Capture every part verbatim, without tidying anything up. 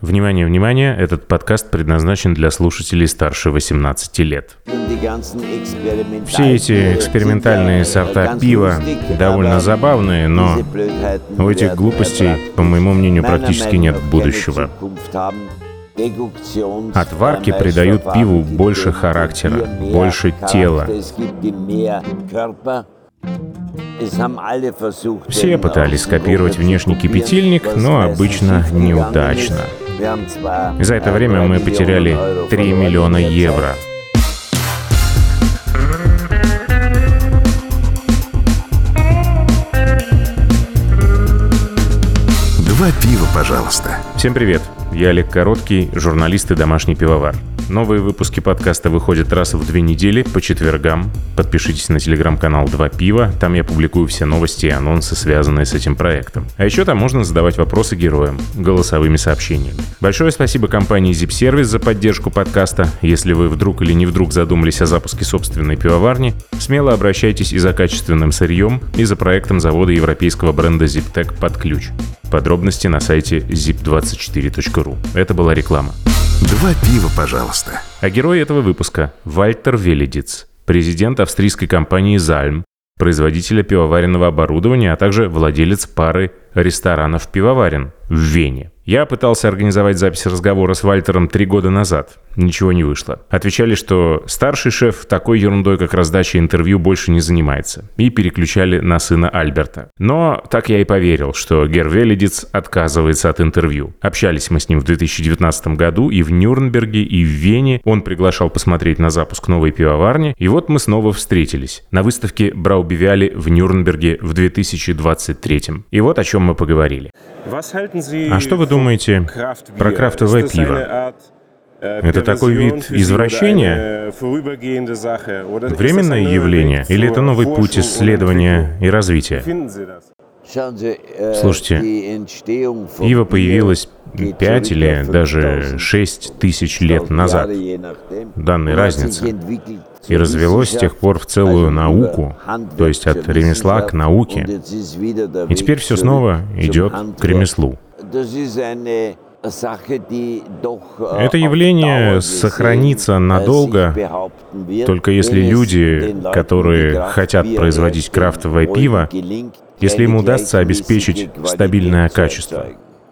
Внимание, внимание, этот подкаст предназначен для слушателей старше восемнадцати лет. Все эти экспериментальные сорта пива довольно забавные, но у этих глупостей, по моему мнению, практически нет будущего. Отварки придают пиву больше характера, больше тела. Все пытались скопировать внешний кипятильник, но обычно неудачно. За это время мы потеряли три миллиона евро. Два пива, пожалуйста. Всем привет, я Олег Короткий, журналист и домашний пивовар. Новые выпуски подкаста выходят раз в две недели по четвергам. Подпишитесь на телеграм-канал «Два пива», там я публикую все новости и анонсы, связанные с этим проектом. А еще там можно задавать вопросы героям голосовыми сообщениями. Большое спасибо компании Zip-Service за поддержку подкаста. Если вы вдруг или не вдруг задумались о запуске собственной пивоварни, смело обращайтесь и за качественным сырьем, и за проектом завода европейского бренда ZipTech под ключ. Подробности на сайте зип двадцать четыре точка ру. Это была реклама. Два пива, пожалуйста. А герой этого выпуска – Вальтер Велидиц, президент австрийской компании Zalm, производителя пивоваренного оборудования, а также владелец пары ресторанов «Пивоварен» в Вене. Я пытался организовать запись разговора с Вальтером три года назад. Ничего не вышло. Отвечали, что старший шеф такой ерундой, как раздача интервью, больше не занимается. И переключали на сына Альберта. Но так я и поверил, что Гер Велидиц отказывается от интервью. Общались мы с ним в две тысячи девятнадцатом году и в Нюрнберге, и в Вене. Он приглашал посмотреть на запуск новой пивоварни. И вот мы снова встретились на выставке Браубивиале в Нюрнберге в две тысячи двадцать третьем. И вот о чем мы поговорили. А что вы думаете про крафтовое пиво? Это такой вид извращения? Временное явление? Или это новый путь исследования и развития? Слушайте, пиво появилось пять или даже шесть тысяч лет назад. Данной разницы. И развелось с тех пор в целую науку, то есть от ремесла к науке. И теперь все снова идет к ремеслу. Это явление сохранится надолго, только если люди, которые хотят производить крафтовое пиво, если им удастся обеспечить стабильное качество.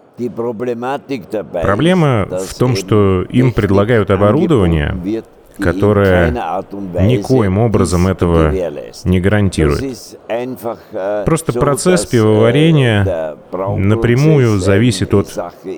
Проблема в том, что им предлагают оборудование, которое никоим образом этого не гарантирует. Просто процесс пивоварения напрямую зависит от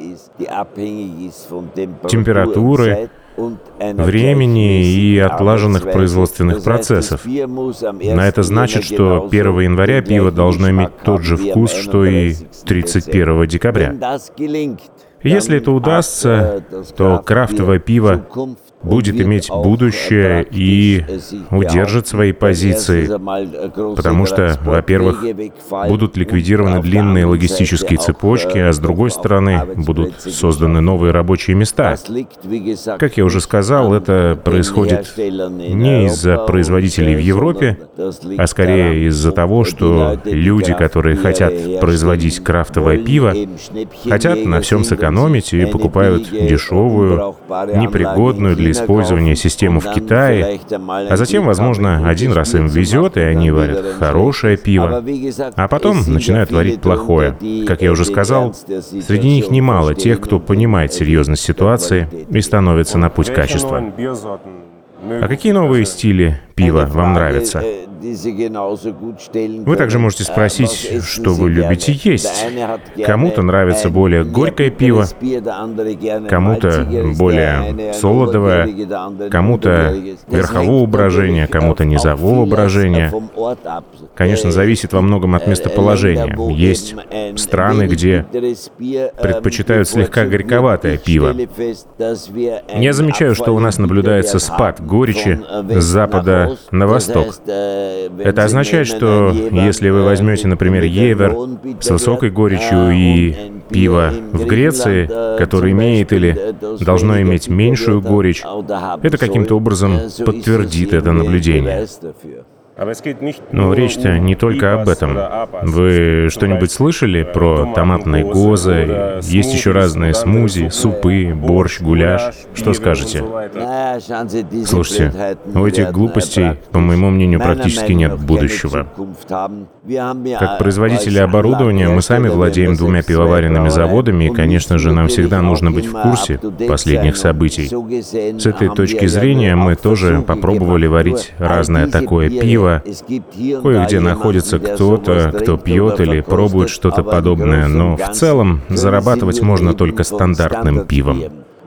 температуры, времени и отлаженных производственных процессов. На это значит, что первого января пиво должно иметь тот же вкус, что и тридцать первого декабря. Если это удастся, то крафтовое пиво будет иметь будущее и удержит свои позиции, потому что, во-первых, будут ликвидированы длинные логистические цепочки, а с другой стороны, будут созданы новые рабочие места. Как я уже сказал, это происходит не из-за производителей в Европе, а скорее из-за того, что люди, которые хотят производить крафтовое пиво, хотят на всем сэкономить и покупают дешевую, непригодную для использования системы в Китае, а затем, возможно, один раз им везет, и они варят хорошее пиво, а потом начинают варить плохое. Как я уже сказал, среди них немало тех, кто понимает серьезность ситуации и становится на путь качества. А какие новые стили пива вам нравятся? Вы также можете спросить, что вы любите есть. Кому-то нравится более горькое пиво, кому-то более солодовое, кому-то верхового брожения, кому-то низового брожения. Конечно, зависит во многом от местоположения. Есть страны, где предпочитают слегка горьковатое пиво. Я замечаю, что у нас наблюдается спад горечи с запада на восток. Это означает, что если вы возьмете, например, Евер с высокой горечью и пиво в Греции, которое имеет или должно иметь меньшую горечь, это каким-то образом подтвердит это наблюдение. Но речь-то не только об этом. Вы что-нибудь слышали про томатные гозы? Есть еще разные смузи, супы, борщ, гуляш. Что скажете? Слушайте, у этих глупостей, по моему мнению, практически нет будущего. Как производители оборудования мы сами владеем двумя пивоваренными заводами, и, конечно же, нам всегда нужно быть в курсе последних событий. С этой точки зрения мы тоже попробовали варить разное такое пиво. Кое-где находится кто-то, кто пьет или пробует что-то подобное, но в целом зарабатывать можно только стандартным пивом.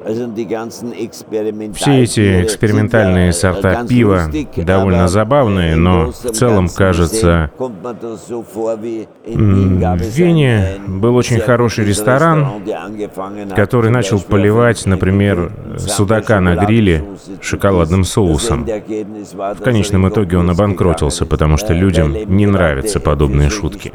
Все эти экспериментальные сорта пива довольно забавные, но в целом, кажется, в Вене был очень хороший ресторан, который начал поливать, например, судака на гриле шоколадным соусом. В конечном итоге он обанкротился, потому что людям не нравятся подобные шутки.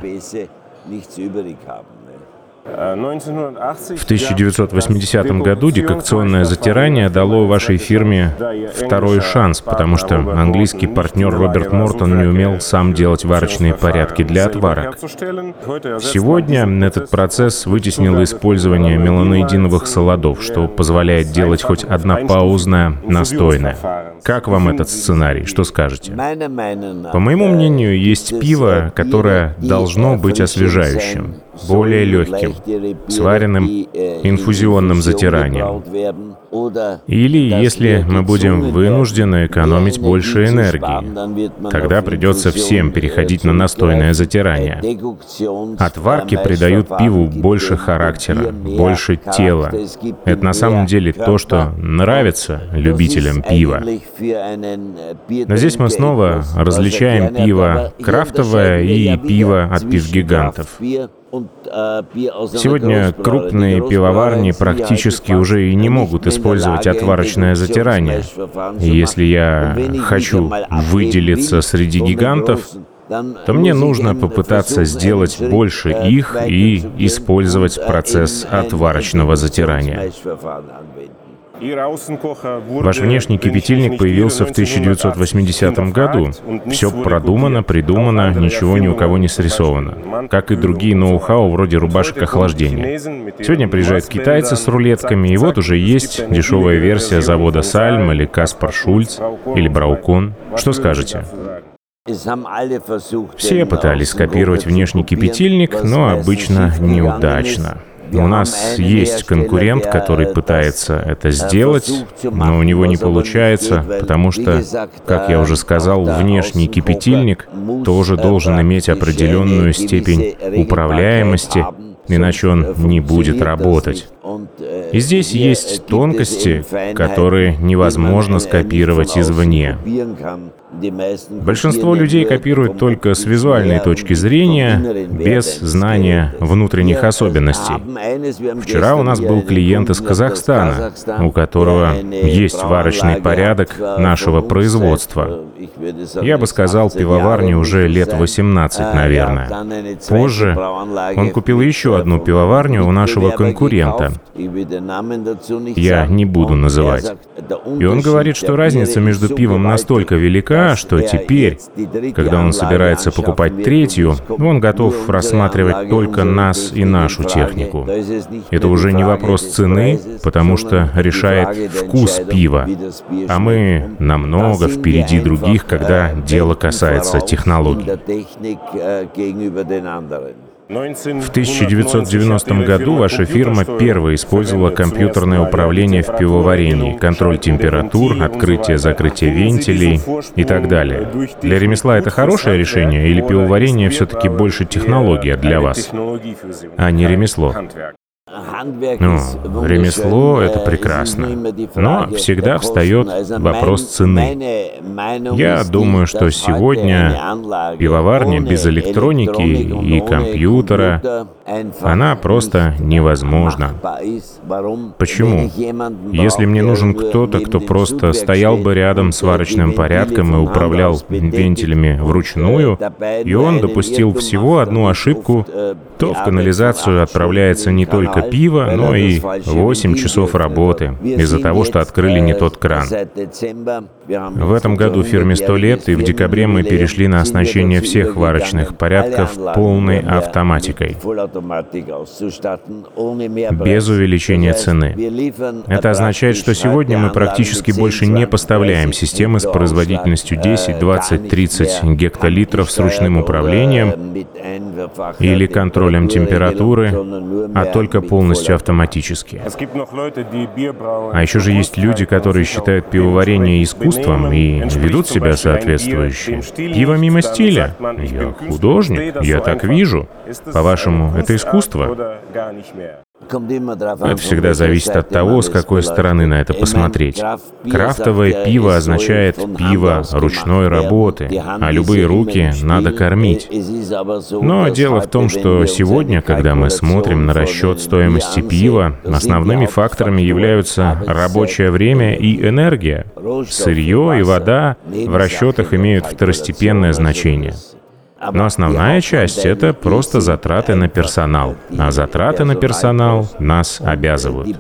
В тысяча девятьсот восьмидесятом году декокционное затирание дало вашей фирме второй шанс, потому что английский партнер Роберт Мортон не умел сам делать варочные порядки для отварок. Сегодня этот процесс вытеснил использование меланоидиновых солодов, что позволяет делать хоть однопаузное настойное. Как вам этот сценарий? Что скажете? По моему мнению, есть пиво, которое должно быть освежающим, более легким, сваренным инфузионным затиранием. Или если мы будем вынуждены экономить больше энергии, тогда придется всем переходить на настойное затирание. Отварки придают пиву больше характера, больше тела. Это на самом деле то, что нравится любителям пива. Но здесь мы снова различаем пиво крафтовое и пиво от пивгигантов. Сегодня крупные пивоварни практически уже и не могут использовать отварочное затирание. И если я хочу выделиться среди гигантов, то мне нужно попытаться сделать больше их и использовать процесс отварочного затирания. Ваш внешний кипятильник появился в тысяча девятьсот восьмидесятом году. Все продумано, придумано, ничего ни у кого не срисовано. Как и другие ноу-хау вроде рубашек охлаждения. Сегодня приезжают китайцы с рулетками, и вот уже есть дешевая версия завода Сальм или Каспар Шульц или Браукон. Что скажете? Все пытались скопировать внешний кипятильник, но обычно неудачно. У нас есть конкурент, который пытается это сделать, но у него не получается, потому что, как я уже сказал, внешний кипятильник тоже должен иметь определенную степень управляемости, иначе он не будет работать. И здесь есть тонкости, которые невозможно скопировать извне. Большинство людей копируют только с визуальной точки зрения, без знания внутренних особенностей. Вчера у нас был клиент из Казахстана, у которого есть варочный порядок нашего производства. Я бы сказал, пивоварне уже лет восемнадцать, наверное. Позже он купил еще одну пивоварню у нашего конкурента. Я не буду называть. И он говорит, что разница между пивом настолько велика, что теперь, когда он собирается покупать третью, он готов рассматривать только нас и нашу технику. Это уже не вопрос цены, потому что решает вкус пива. А мы намного впереди других, когда дело касается технологий. В тысяча девятьсот девяностом году ваша фирма первой использовала компьютерное управление в пивоварении, контроль температур, открытие-закрытие вентилей и так далее. Для ремесла это хорошее решение или пивоварение все-таки больше технология для вас, а не ремесло? Ну, ремесло — это прекрасно, но всегда встает вопрос цены. Я думаю, что сегодня пивоварня без электроники и компьютера, она просто невозможна. Почему? Если мне нужен кто-то, кто просто стоял бы рядом с варочным порядком и управлял вентилями вручную, и он допустил всего одну ошибку, то в канализацию отправляется не только пиво, пива, но и восемь часов работы из-за того, что открыли не тот кран. В этом году фирме сто лет, и в декабре мы перешли на оснащение всех варочных порядков полной автоматикой, без увеличения цены. Это означает, что сегодня мы практически больше не поставляем системы с производительностью десять, двадцать, тридцать гектолитров с ручным управлением или контролем температуры, а только полностью автоматически. А еще же есть люди, которые считают пивоварение искусством и ведут себя соответствующе. Пиво мимо стиля. Я художник, я так вижу. По-вашему, это искусство? Это всегда зависит от того, с какой стороны на это посмотреть. Крафтовое пиво означает пиво ручной работы, а любые руки надо кормить. Но дело в том, что сегодня, когда мы смотрим на расчет стоимости пива, основными факторами являются рабочее время и энергия. Сырье и вода в расчетах имеют второстепенное значение. Но основная часть — это просто затраты на персонал. А затраты на персонал нас обязывают.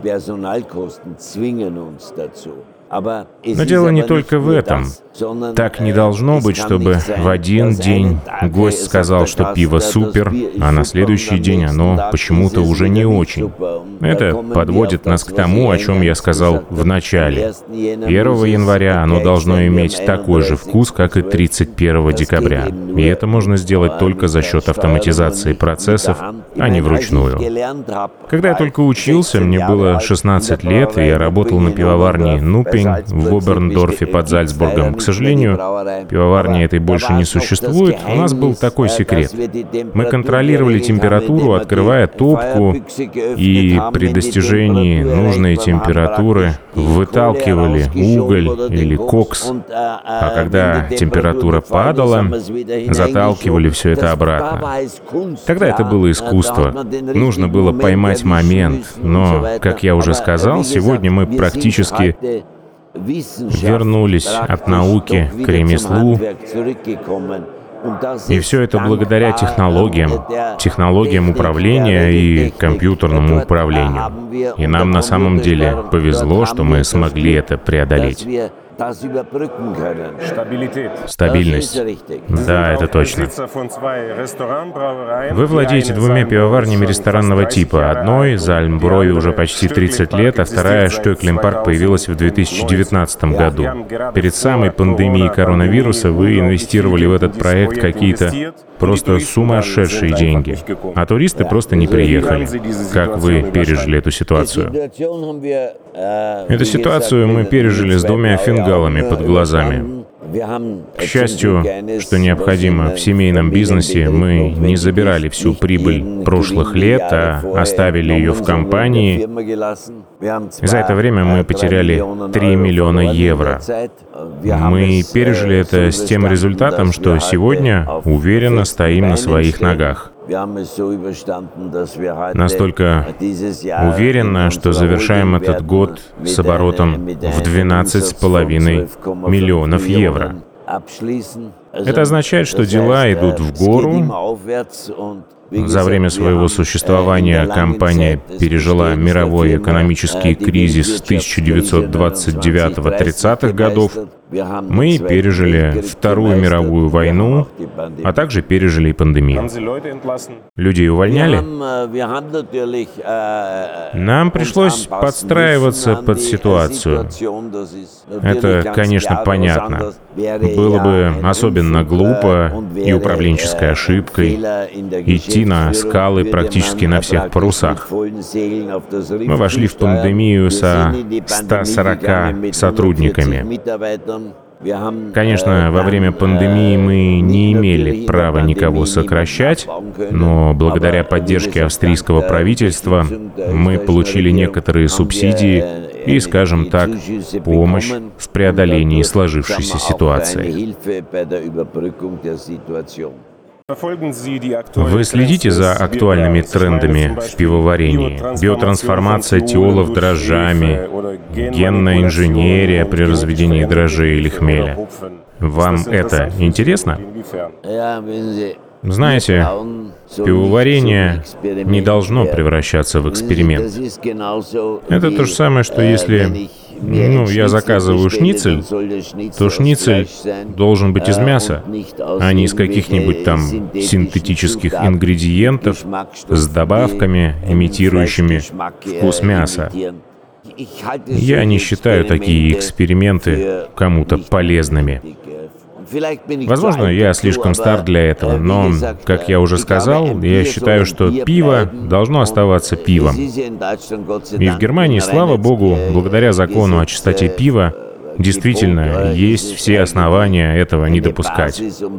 Но дело не только в этом. Так не должно быть, чтобы в один день гость сказал, что пиво супер, а на следующий день оно почему-то уже не очень. Это подводит нас к тому, о чем я сказал в начале. первого января оно должно иметь такой же вкус, как и тридцать первого декабря. И это можно сделать только за счет автоматизации процессов, а не вручную. Когда я только учился, мне было шестнадцать лет, и я работал на пивоварне «Нуппинг» в Оберндорфе под Зальцбургом. К сожалению, пивоварни этой больше не существует. У нас был такой секрет. Мы контролировали температуру, открывая топку, и при достижении нужной температуры выталкивали уголь или кокс. А когда температура падала, заталкивали все это обратно. Тогда это было искусство. Нужно было поймать момент. Но, как я уже сказал, сегодня мы практически вернулись от науки к ремеслу, и все это благодаря технологиям, технологиям управления и компьютерному управлению. И нам на самом деле повезло, что мы смогли это преодолеть. Стабильность. Да, это точно. Вы владеете двумя пивоварнями ресторанного типа. Одной, Зальмброви, уже почти тридцать лет, а вторая, Штёклин-парк, появилась в две тысячи девятнадцатом году. Перед самой пандемией коронавируса вы инвестировали в этот проект какие-то просто сумасшедшие деньги, а туристы просто не приехали. Как вы пережили эту ситуацию? Эту ситуацию мы пережили с двумя фингалами под глазами. К счастью, что необходимо в семейном бизнесе, мы не забирали всю прибыль прошлых лет, а оставили ее в компании. И за это время мы потеряли три миллиона евро. Мы пережили это с тем результатом, что сегодня уверенно стоим на своих ногах. Настолько уверенно, что завершаем этот год с оборотом в двенадцать с половиной миллионов евро. Это означает, что дела идут в гору. За время своего существования компания пережила мировой экономический кризис тысяча девятьсот двадцать девятого — тридцатых годов. Мы пережили Вторую мировую войну, а также пережили и пандемию. Людей увольняли? Нам пришлось подстраиваться под ситуацию. Это, конечно, понятно. Было бы особенно глупо и управленческой ошибкой идти на скалы практически на всех парусах. Мы вошли в пандемию со ста сорока сотрудниками. Конечно, во время пандемии мы не имели права никого сокращать, но благодаря поддержке австрийского правительства мы получили некоторые субсидии и, скажем так, помощь в преодолении сложившейся ситуации. Вы следите за актуальными трендами в пивоварении? Биотрансформация тиолов дрожжами, генная инженерия при разведении дрожжей или хмеля. Вам это интересно? Знаете, пивоварение не должно превращаться в эксперимент. Это то же самое, что если, ну, я заказываю шницель, то шницель должен быть из мяса, а не из каких-нибудь там синтетических ингредиентов с добавками, имитирующими вкус мяса. Я не считаю такие эксперименты кому-то полезными. Возможно, я слишком стар для этого, но, как я уже сказал, я считаю, что пиво должно оставаться пивом. И в Германии, слава богу, благодаря закону о чистоте пива, действительно есть все основания этого не допускать.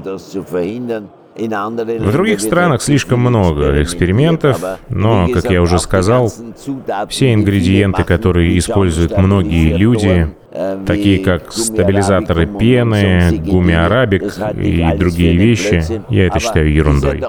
В других странах слишком много экспериментов, но, как я уже сказал, все ингредиенты, которые используют многие люди, такие как стабилизаторы пены, гумми-арабик и другие вещи, я это считаю ерундой.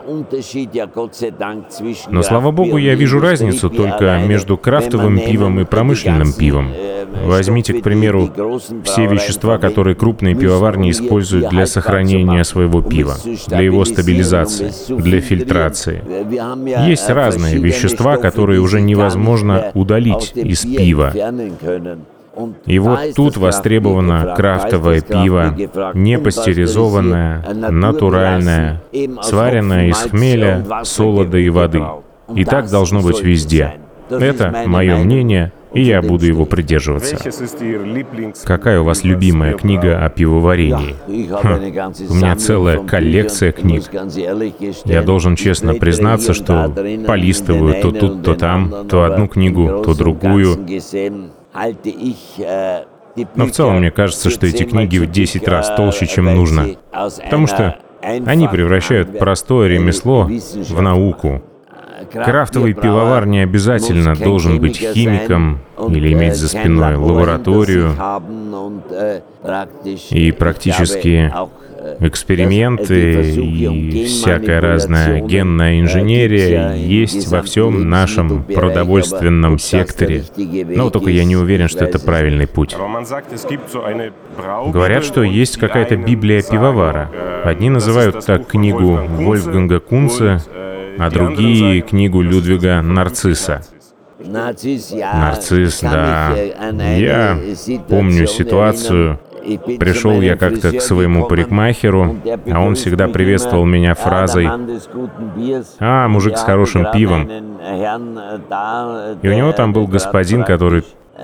Но, слава богу, я вижу разницу только между крафтовым пивом и промышленным пивом. Возьмите, к примеру, все вещества, которые крупные пивоварни используют для сохранения своего пива, для его стабилизации, для фильтрации. Есть разные вещества, которые уже невозможно удалить из пива. И вот тут востребовано крафтовое пиво, не пастеризованное, натуральное, сваренное из хмеля, солода и воды. И так должно быть везде. Это мое мнение, и я буду его придерживаться. Какая у вас любимая книга о пивоварении? Хм, у меня целая коллекция книг. Я должен честно признаться, что полистываю то тут, то там, то одну книгу, то другую. Но в целом мне кажется, что эти книги в десять раз толще, чем нужно. Потому что они превращают простое ремесло в науку. Крафтовый пивовар не обязательно должен быть химиком или иметь за спиной лабораторию и практически эксперименты и всякая разная генная инженерия есть во всем нашем продовольственном секторе. Но только я не уверен, что это правильный путь. Говорят, что есть какая-то Библия пивовара. Одни называют так книгу Вольфганга Кунца, а другие — книгу Людвига Нарцисса. Нарцисс, да. Я помню ситуацию. Пришел я как-то к своему парикмахеру, а он всегда приветствовал меня фразой: «А, мужик с хорошим пивом». И у него там был господин, который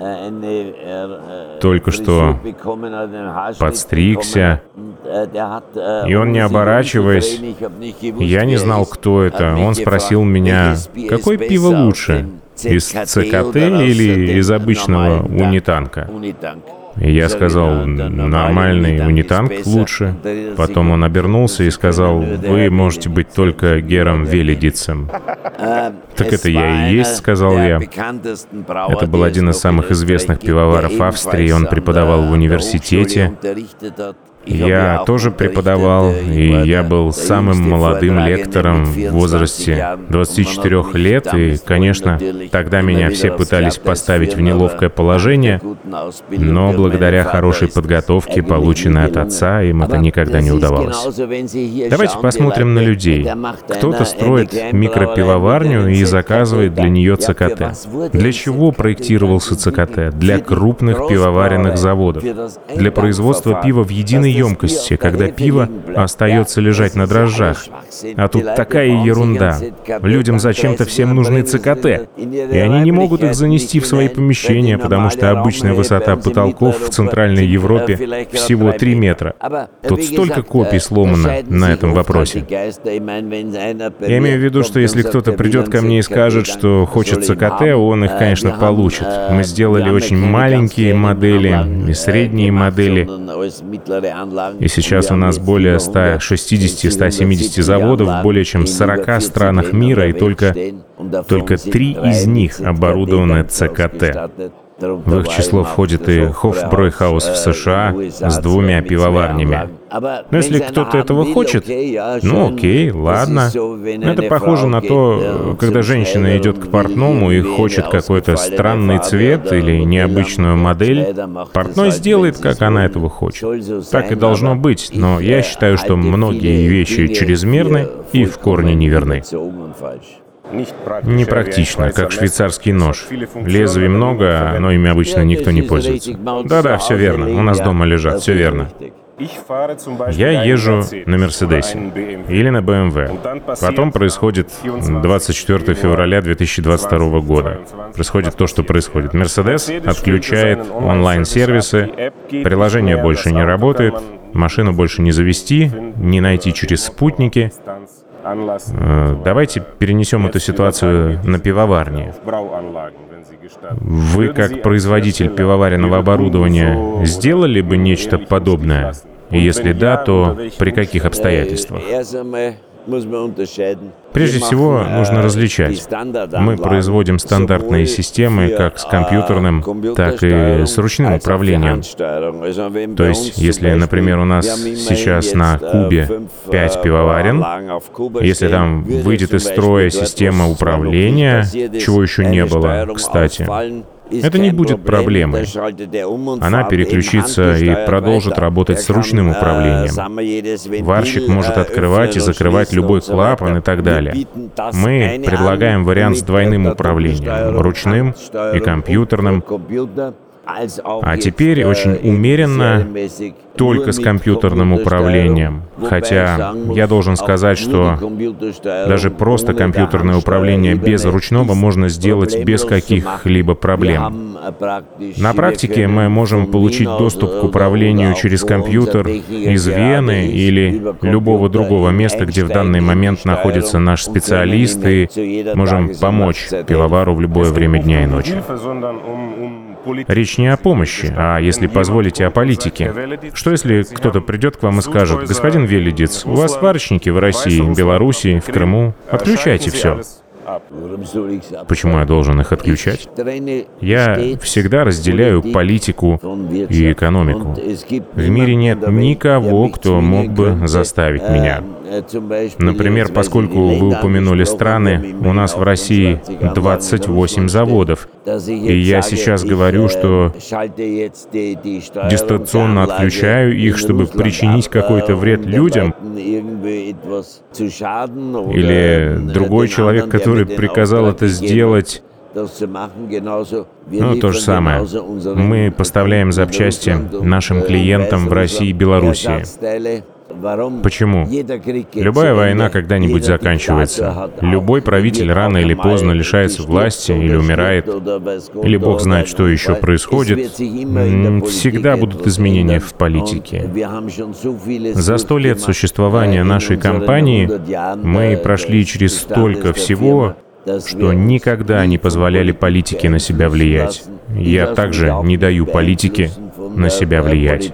только что подстригся, и он, не оборачиваясь, я не знал, кто это, он спросил меня: «Какое пиво лучше, из ЦКТ или из обычного унитанка?» И я сказал: «Нормальный унитанк лучше». Потом он обернулся и сказал: «Вы можете быть только Гером Велидицем». «Так это я и есть», — сказал я. Это был один из самых известных пивоваров Австрии, он преподавал в университете. Я тоже преподавал, и я был самым молодым лектором в возрасте двадцати четырёх лет, и, конечно, тогда меня все пытались поставить в неловкое положение, но благодаря хорошей подготовке, полученной от отца, им это никогда не удавалось. Давайте посмотрим на людей. Кто-то строит микропивоварню и заказывает для нее ЦКТ. Для чего проектировался ЦКТ? Для крупных пивоваренных заводов. Для производства пива в единой емкости, когда пиво остается лежать на дрожжах. А тут такая ерунда. Людям зачем-то всем нужны ЦКТ. И они не могут их занести в свои помещения, потому что обычная высота потолков в Центральной Европе всего три метра. Тут столько копий сломано на этом вопросе. Я имею в виду, что если кто-то придет ко мне и скажет, что хочет ЦКТ, он их, конечно, получит. Мы сделали очень маленькие модели и средние модели. И сейчас у нас более ста шестидесяти — ста семидесяти заводов в более чем сорока странах мира, и только, только три из них оборудованы ЦКТ. В их число входит и Hofbräuhaus в США с двумя пивоварнями. Но если кто-то этого хочет, ну окей, ладно. Это похоже на то, когда женщина идет к портному и хочет какой-то странный цвет или необычную модель. Портной сделает, как она этого хочет. Так и должно быть, но я считаю, что многие вещи чрезмерны и в корне неверны. Непрактично, как швейцарский нож. Лезвий много, но ими обычно никто не пользуется. Да-да, все верно. У нас дома лежат, все верно. Я езжу на Мерседесе или на бэ эм вэ. Потом происходит двадцать четвёртого февраля две тысячи двадцать второго года. Происходит то, что происходит. Мерседес отключает онлайн-сервисы, приложение больше не работает, машину больше не завести, не найти через спутники. Давайте перенесем эту ситуацию на пивоварни. Вы, как производитель пивоваренного оборудования, сделали бы нечто подобное? И если да, то при каких обстоятельствах? Прежде всего, нужно различать. Мы производим стандартные системы как с компьютерным, так и с ручным управлением. То есть, если, например, у нас сейчас на Кубе пять пивоварен, если там выйдет из строя система управления, чего еще не было, кстати, это не будет проблемой. Она переключится и продолжит работать с ручным управлением. Варщик может открывать и закрывать любой клапан и так далее. Мы предлагаем вариант с двойным управлением, ручным и компьютерным. А теперь очень умеренно только с компьютерным управлением. Хотя я должен сказать, что даже просто компьютерное управление без ручного можно сделать без каких-либо проблем. На практике мы можем получить доступ к управлению через компьютер из Вены или любого другого места, где в данный момент находится наш специалист, и можем помочь пивовару в любое время дня и ночи. Речь не о помощи, а, если позволите, о политике. Что если кто-то придет к вам и скажет: господин Велидец, у вас сварочники в России, Белоруссии, в Крыму, отключайте все. Почему я должен их отключать? Я всегда разделяю политику и экономику. В мире нет никого, кто мог бы заставить меня. Например, поскольку вы упомянули страны, у нас в России двадцать восемь заводов. И я сейчас говорю, что дистанционно отключаю их, чтобы причинить какой-то вред людям. Или другой человек, который приказал это сделать. Ну, то же самое. Мы поставляем запчасти нашим клиентам в России и Белоруссии. Почему? Любая война когда-нибудь заканчивается. Любой правитель рано или поздно лишается власти или умирает, или бог знает, что еще происходит. Всегда будут изменения в политике. За сто лет существования нашей компании мы прошли через столько всего, что никогда не позволяли политике на себя влиять. Я также не даю политике на себя влиять.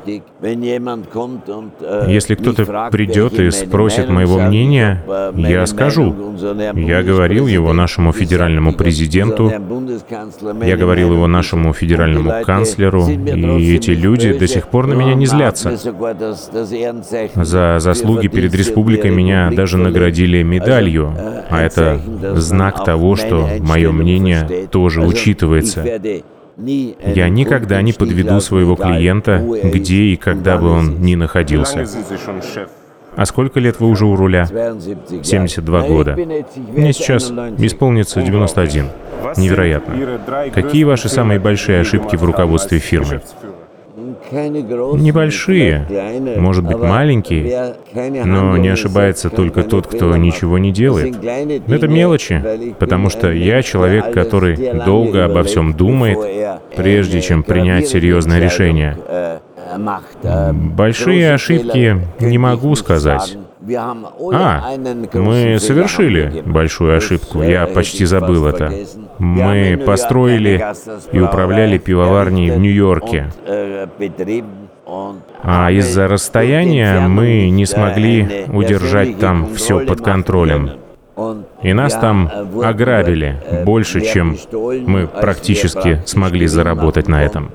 Если кто-то придет и спросит моего мнения, я скажу. Я говорил его нашему федеральному президенту, я говорил его нашему федеральному канцлеру, и эти люди до сих пор на меня не злятся. За заслуги перед республикой меня даже наградили медалью, а это знак того, что мое мнение тоже учитывается. Я никогда не подведу своего клиента, где и когда бы он ни находился. А сколько лет вы уже у руля? семьдесят два года. Мне сейчас исполнится девяносто один. Невероятно. Какие ваши самые большие ошибки в руководстве фирмы? Небольшие, может быть, маленькие, но не ошибается только тот, кто ничего не делает. Это мелочи, потому что я человек, который долго обо всем думает, прежде чем принять серьезное решение. Большие ошибки не могу сказать. А, мы совершили большую ошибку, я почти забыл это. Мы построили и управляли пивоварней в Нью-Йорке. А из-за расстояния мы не смогли удержать там все под контролем. И нас там ограбили больше, чем мы практически смогли заработать на этом.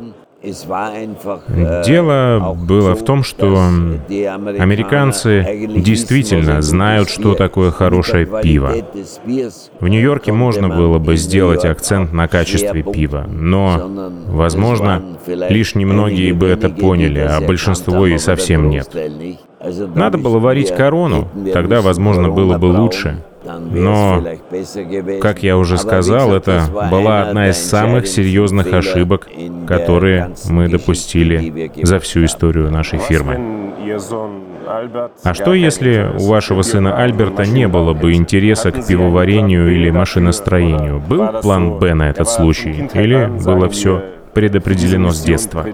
Дело было в том, что американцы действительно знают, что такое хорошее пиво. В Нью-Йорке можно было бы сделать акцент на качестве пива, но, возможно, лишь немногие бы это поняли, а большинство и совсем нет. Надо было варить корону, тогда, возможно, было бы лучше. Но, как я уже сказал, это была одна из самых серьезных ошибок, которые мы допустили за всю историю нашей фирмы. А что, если у вашего сына Альберта не было бы интереса к пивоварению или машиностроению? Был план «Б» на этот случай? Или было все предопределено с детства?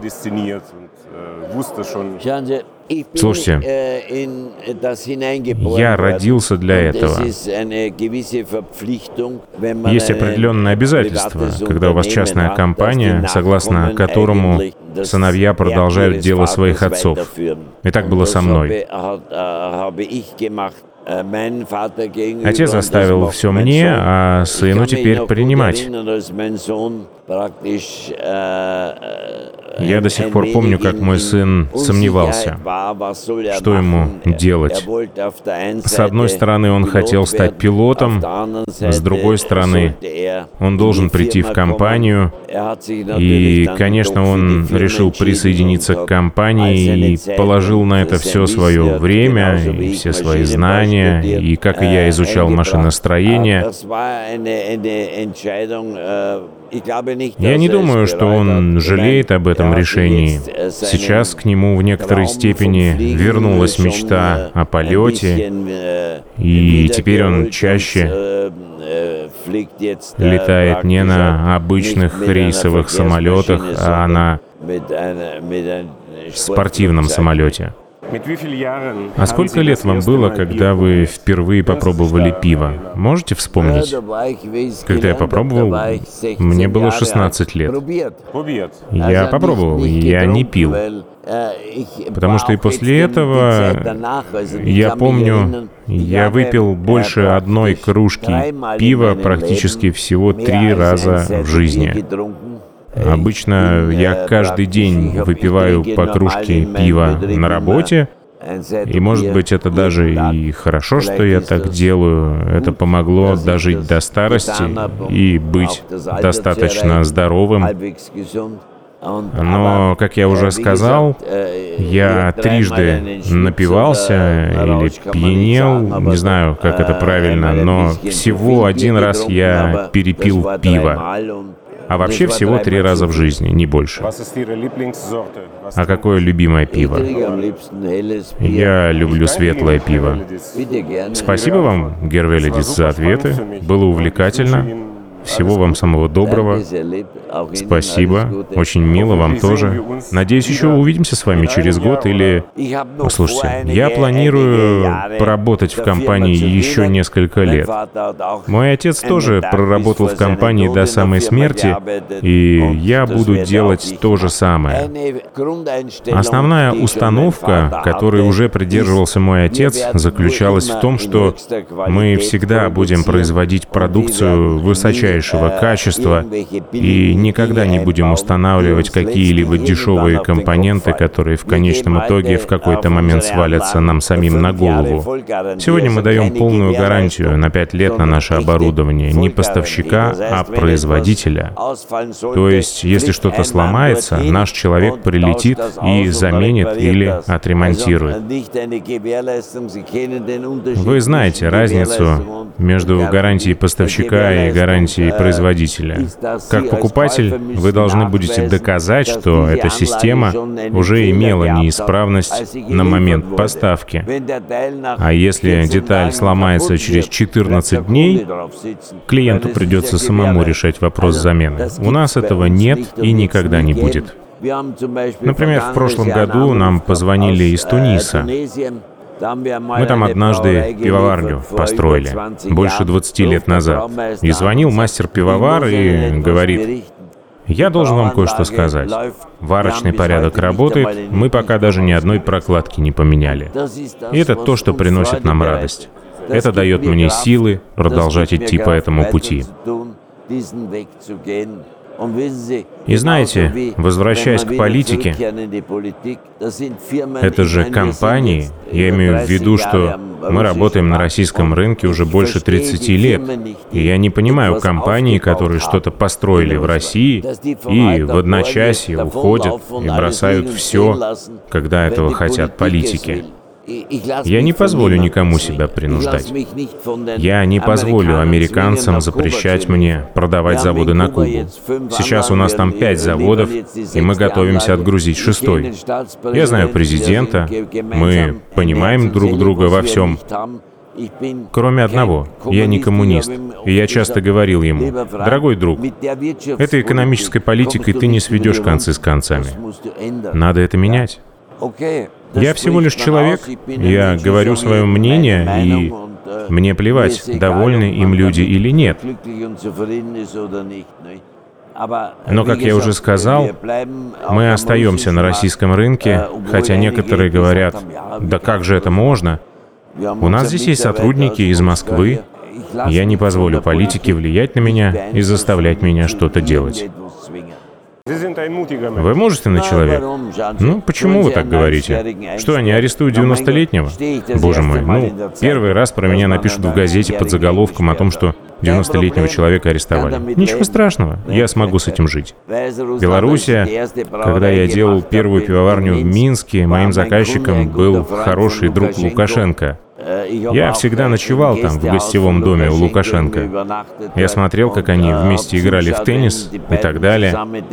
Слушайте, я родился для этого. Есть определенное обязательство, когда у вас частная компания, согласно которому сыновья продолжают дело своих отцов. И так было со мной. Отец оставил все мне, а сыну теперь принимать. Я до сих пор помню, как мой сын сомневался, что ему делать. С одной стороны, он хотел стать пилотом, с другой стороны, он должен прийти в компанию, и, конечно, он решил присоединиться к компании и положил на это все свое время, и все свои знания, и, как и я, изучал машиностроение. Я не думаю, что он жалеет об этом решении. Сейчас к нему в некоторой степени вернулась мечта о полете, и теперь он чаще летает не на обычных рейсовых самолетах, а на спортивном самолете. А сколько лет вам было, когда вы впервые попробовали пиво? Можете вспомнить? Когда я попробовал, мне было шестнадцать лет. Я попробовал, и я не пил. Потому что и после этого, я помню, я выпил больше одной кружки пива практически всего три раза в жизни. Обычно я каждый день выпиваю по кружке пива на работе, и, может быть, это даже и хорошо, что я так делаю. Это помогло дожить до старости и быть достаточно здоровым. Но, как я уже сказал, я трижды напивался или пьянел, не знаю, как это правильно, но всего один раз я перепил пиво. А вообще всего три раза в жизни, не больше. А какое любимое пиво? Я люблю светлое пиво. Спасибо вам, Гервелидис, за ответы. Было увлекательно. Всего вам самого доброго. Спасибо. Очень мило вам тоже. Надеюсь, еще увидимся с вами через год или... Слушайте, я планирую поработать в компании еще несколько лет. Мой отец тоже проработал в компании до самой смерти, и я буду делать то же самое. Основная установка, которой уже придерживался мой отец, заключалась в том, что мы всегда будем производить продукцию высочайшего качества и никогда не будем устанавливать какие-либо дешевые компоненты, которые в конечном итоге в какой-то момент свалятся нам самим на голову. Сегодня мы даем полную гарантию на пять лет на наше оборудование не поставщика, а производителя. То есть, если что-то сломается, наш человек прилетит и заменит или отремонтирует. Вы знаете разницу между гарантией поставщика и гарантией производителя. Как покупатель, вы должны будете доказать, что эта система уже имела неисправность на момент поставки. А если деталь сломается через четырнадцать дней, клиенту придется самому решать вопрос замены. У нас этого нет и никогда не будет. Например, в прошлом году нам позвонили из Туниса. Мы там однажды пивоварню построили, больше двадцати лет назад. И звонил мастер-пивовар и говорит: «Я должен вам кое-что сказать. Варочный порядок работает, мы пока даже ни одной прокладки не поменяли. И это то, что приносит нам радость». Это дает мне силы продолжать идти по этому пути. И знаете, возвращаясь к политике, это же компании, я имею в виду, что мы работаем на российском рынке уже больше тридцати лет, и я не понимаю компаний, которые что-то построили в России и в одночасье уходят и бросают все, когда этого хотят политики. Я не позволю никому себя принуждать. Я не позволю американцам запрещать мне продавать заводы на Кубу. Сейчас у нас там пять заводов, и мы готовимся отгрузить шестой. Я знаю президента, мы понимаем друг друга во всем. Кроме одного, я не коммунист, и я часто говорил ему: дорогой друг, этой экономической политикой ты не сведешь концы с концами. Надо это менять. Я всего лишь человек, я говорю свое мнение, и мне плевать, довольны им люди или нет. Но, как я уже сказал, мы остаемся на российском рынке, хотя некоторые говорят: да как же это можно? У нас здесь есть сотрудники из Москвы, я не позволю политике влиять на меня и заставлять меня что-то делать. Вы мужественный человек? Ну, почему вы так говорите? Что, они арестуют девяностолетнего? Боже мой, ну, первый раз про меня напишут в газете под заголовком о том, что девяностолетнего человека арестовали. Ничего страшного, я смогу с этим жить. Белоруссия, когда я делал первую пивоварню в Минске, моим заказчиком был хороший друг Лукашенко. Я всегда ночевал там, в гостевом доме у Лукашенко. Я смотрел, как они вместе играли в теннис и так далее.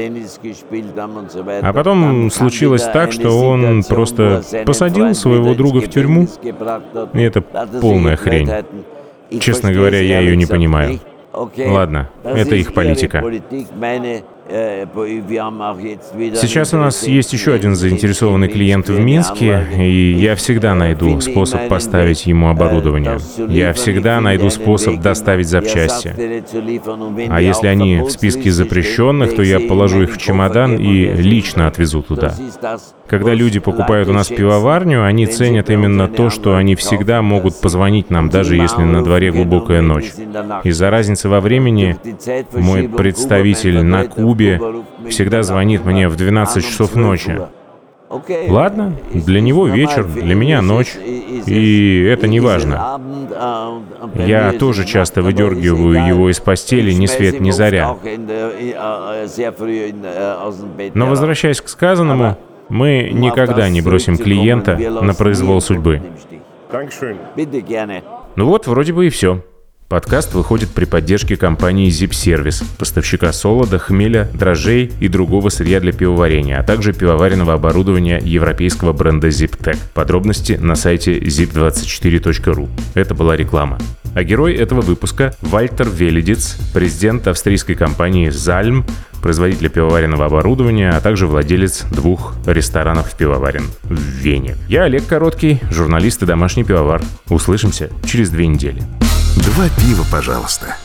А потом случилось так, что он просто посадил своего друга в тюрьму. И это полная хрень. Честно говоря, я ее не понимаю. Ладно, это их политика. Сейчас у нас есть еще один заинтересованный клиент в Минске, и я всегда найду способ поставить ему оборудование. Я всегда найду способ доставить запчасти. А если они в списке запрещенных, то я положу их в чемодан и лично отвезу туда. Когда люди покупают у нас пивоварню, они ценят именно то, что они всегда могут позвонить нам, даже если на дворе глубокая ночь. Из-за разницы во времени мой представитель на Кубе всегда звонит мне в двенадцать часов ночи. Ладно, для него вечер, для меня ночь, и это не важно. Я тоже часто выдергиваю его из постели ни свет ни заря. Но возвращаясь к сказанному, мы никогда не бросим клиента на произвол судьбы. Ну вот, вроде бы и все. Подкаст выходит при поддержке компании Zip-Service, поставщика солода, хмеля, дрожжей и другого сырья для пивоварения, а также пивоваренного оборудования европейского бренда ZipTech. Подробности на сайте зип двадцать четыре точка ру. Это была реклама. А герой этого выпуска — Вальтер Велидец, президент австрийской компании Zalm, производителя пивоваренного оборудования, а также владелец двух ресторанов пивоварен в Вене. Я Олег Короткий, журналист и домашний пивовар. Услышимся через две недели. Два пива, пожалуйста.